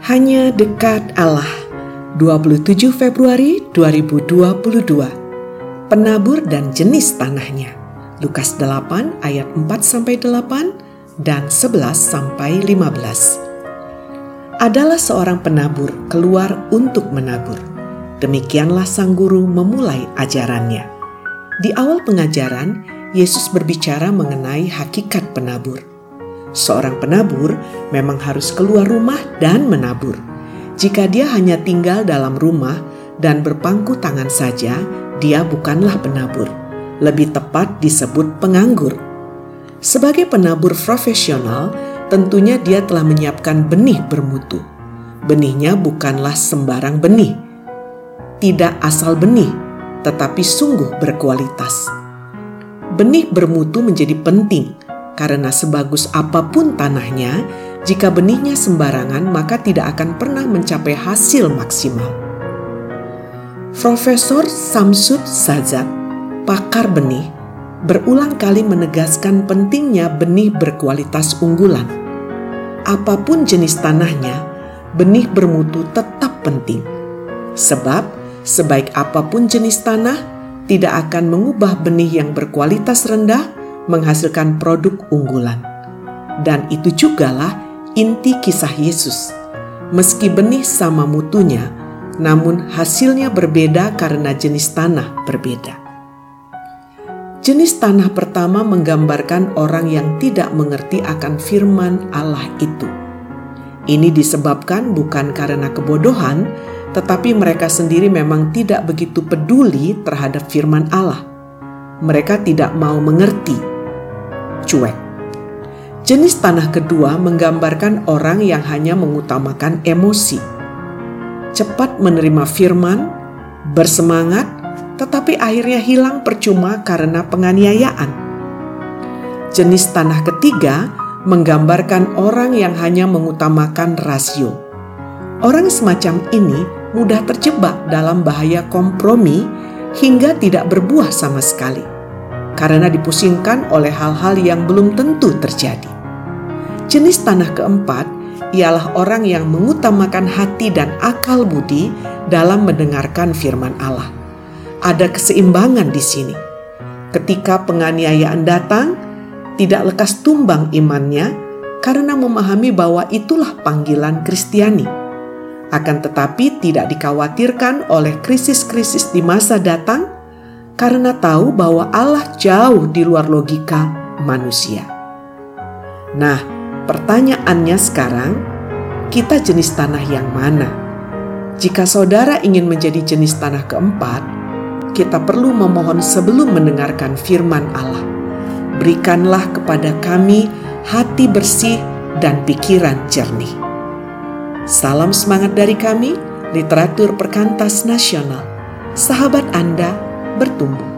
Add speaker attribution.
Speaker 1: Hanya dekat Allah. 27 Februari 2022. Penabur dan jenis tanahnya. Lukas 8 ayat 4-8 dan 11-15. Adalah seorang penabur keluar untuk menabur. Demikianlah sang guru memulai ajarannya. Di awal pengajaran, Yesus berbicara mengenai hakikat penabur. Seorang penabur memang harus keluar rumah dan menabur. Jika dia hanya tinggal dalam rumah dan berpangku tangan saja, dia bukanlah penabur. Lebih tepat disebut penganggur. Sebagai penabur profesional, tentunya dia telah menyiapkan benih bermutu. Benihnya bukanlah sembarang benih. Tidak asal benih, tetapi sungguh berkualitas. Benih bermutu menjadi penting, karena sebagus apapun tanahnya, jika benihnya sembarangan maka tidak akan pernah mencapai hasil maksimal. Profesor Samsud Sajat, pakar benih, berulang kali menegaskan pentingnya benih berkualitas unggulan. Apapun jenis tanahnya, benih bermutu tetap penting. Sebab, sebaik apapun jenis tanah, tidak akan mengubah benih yang berkualitas rendah menghasilkan produk unggulan. Dan itu jugalah inti kisah Yesus. Meski benih sama mutunya, namun hasilnya berbeda karena jenis tanah berbeda. Jenis tanah pertama menggambarkan orang yang tidak mengerti akan firman Allah itu. Ini disebabkan bukan karena kebodohan, tetapi mereka sendiri memang tidak begitu peduli terhadap firman Allah. Mereka tidak mau mengerti. Cuek. Jenis tanah kedua menggambarkan orang yang hanya mengutamakan emosi. Cepat menerima firman, bersemangat, tetapi akhirnya hilang percuma karena penganiayaan. Jenis tanah ketiga menggambarkan orang yang hanya mengutamakan rasio. Orang semacam ini mudah terjebak dalam bahaya kompromi hingga tidak berbuah sama sekali, karena dipusingkan oleh hal-hal yang belum tentu terjadi. Jenis tanah keempat ialah orang yang mengutamakan hati dan akal budi dalam mendengarkan firman Allah. Ada keseimbangan di sini. Ketika penganiayaan datang, tidak lekas tumbang imannya karena memahami bahwa itulah panggilan Kristiani. Akan tetapi tidak dikhawatirkan oleh krisis-krisis di masa datang, karena tahu bahwa Allah jauh di luar logika manusia. Nah, pertanyaannya sekarang, kita jenis tanah yang mana? Jika saudara ingin menjadi jenis tanah keempat, kita perlu memohon sebelum mendengarkan firman Allah. Berikanlah kepada kami hati bersih dan pikiran jernih. Salam semangat dari kami, Literatur Perkantas Nasional. Sahabat Anda bertumbuh.